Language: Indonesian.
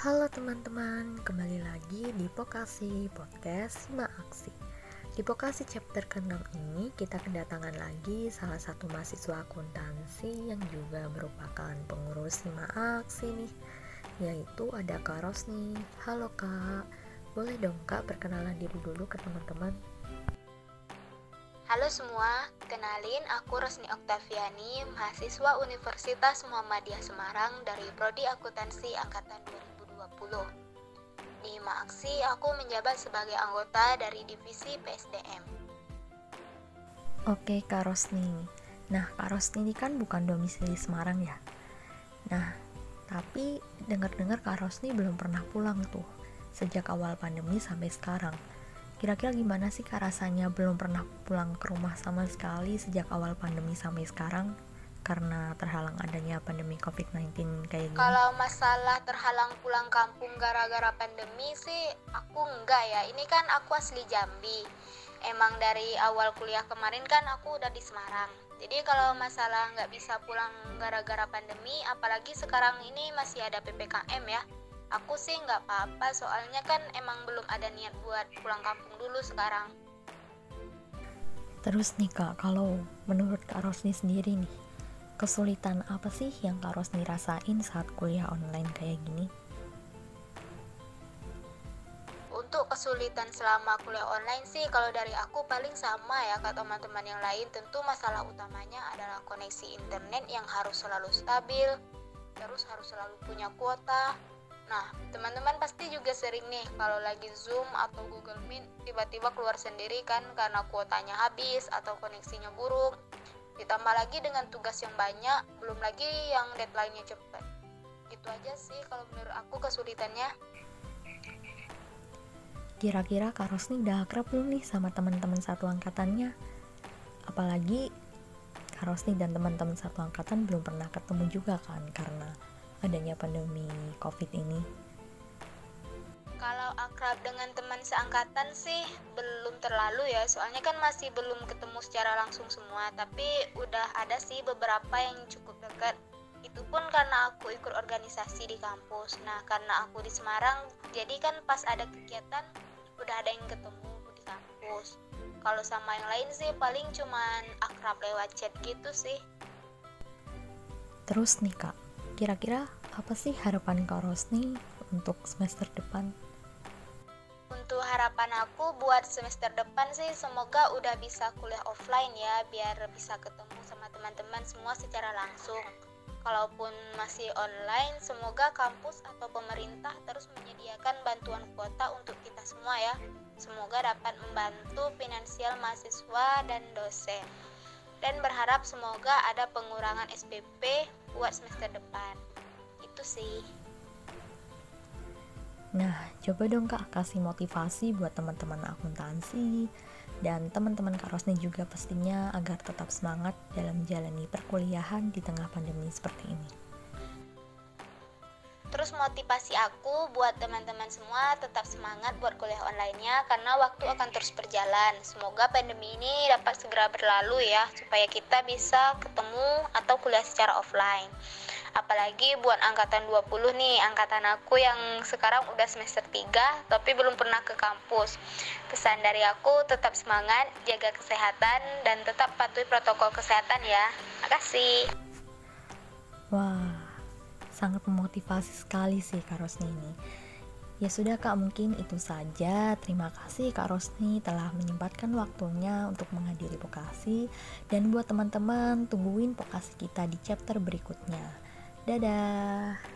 Halo teman-teman, kembali lagi di Vokasi Podcast Simak Aksi. Di Vokasi chapter ke-6 ini kita kedatangan lagi salah satu mahasiswa akuntansi yang juga merupakan pengurus Simak Aksi nih, yaitu ada Kak Rosni. Halo Kak, boleh dong Kak perkenalan diri dulu ke teman-teman? Halo semua, kenalin aku Rosni Oktaviani, mahasiswa Universitas Muhammadiyah Semarang dari Prodi Akuntansi Angkatan 2020. Di Maaksi, aku menjabat sebagai anggota dari Divisi PSDM. Oke Kak Rosni, nah Kak Rosni ini kan bukan domisili Semarang ya? Nah, tapi dengar-dengar Kak Rosni belum pernah pulang tuh, sejak awal pandemi sampai sekarang. Kira-kira gimana sih Kak rasanya belum pernah pulang ke rumah sama sekali sejak awal pandemi sampai sekarang? Karena terhalang adanya pandemi COVID-19 kayak gini. Kalau masalah terhalang pulang kampung gara-gara pandemi sih, aku enggak ya. Ini kan aku asli Jambi. Emang dari awal kuliah kemarin kan aku udah di Semarang. Jadi kalau masalah nggak bisa pulang gara-gara pandemi, apalagi sekarang ini masih ada PPKM ya. Aku sih nggak apa-apa, soalnya kan emang belum ada niat buat pulang kampung dulu sekarang. Terus nih Kak, kalau menurut Kak Rosni sendiri nih, kesulitan apa sih yang Kak Rosni rasain saat kuliah online kayak gini? Untuk kesulitan selama kuliah online sih, kalau dari aku paling sama ya kak teman-teman yang lain. Tentu masalah utamanya adalah koneksi internet yang harus selalu stabil, terus harus selalu punya kuota. Nah, teman-teman pasti juga sering nih kalau lagi Zoom atau Google Meet tiba-tiba keluar sendiri kan karena kuotanya habis atau koneksinya buruk. Ditambah lagi dengan tugas yang banyak, belum lagi yang deadline-nya cepat. Itu aja sih kalau menurut aku kesulitannya. Kira-kira Kak Rosni udah akrab belum nih sama teman-teman satu angkatannya? Apalagi Kak Rosni dan teman-teman satu angkatan belum pernah ketemu juga kan karena adanya pandemi COVID ini. Kalau akrab dengan teman seangkatan sih belum terlalu ya, soalnya kan masih belum ketemu secara langsung semua, tapi udah ada sih beberapa yang cukup dekat. Itu pun karena aku ikut organisasi di kampus. Nah, karena aku di Semarang, jadi kan pas ada kegiatan udah ada yang ketemu di kampus. Kalau sama yang lain sih paling cuman akrab lewat chat gitu sih. Terus nih Kak, kira-kira apa sih harapan Kak Rosni untuk semester depan? Untuk harapan aku buat semester depan sih semoga udah bisa kuliah offline ya, biar bisa ketemu sama teman-teman semua secara langsung. Kalaupun masih online, semoga kampus atau pemerintah terus menyediakan bantuan kuota untuk kita semua ya. Semoga dapat membantu finansial mahasiswa dan dosen. Dan berharap semoga ada pengurangan SPP buat semester depan. Itu sih. Nah, coba dong Kak kasih motivasi buat teman-teman akuntansi dan teman-teman Kak Rosni juga pastinya agar tetap semangat dalam menjalani perkuliahan di tengah pandemi seperti ini. Terus motivasi aku buat teman-teman semua tetap semangat buat kuliah online-nya karena waktu akan terus berjalan. Semoga pandemi ini dapat segera berlalu ya, supaya kita bisa ketemu atau kuliah secara offline. Apalagi buat angkatan 20 nih, angkatan aku yang sekarang udah semester 3 tapi belum pernah ke kampus. Pesan dari aku tetap semangat, jaga kesehatan dan tetap patuhi protokol kesehatan ya. Makasih. Wah, sangat memotivasi sekali sih Kak Rosni ini. Ya sudah Kak, mungkin itu saja. Terima kasih Kak Rosni telah menyempatkan waktunya untuk menghadiri Vokasi. Dan buat teman-teman, tungguin Vokasi kita di chapter berikutnya. Dadah!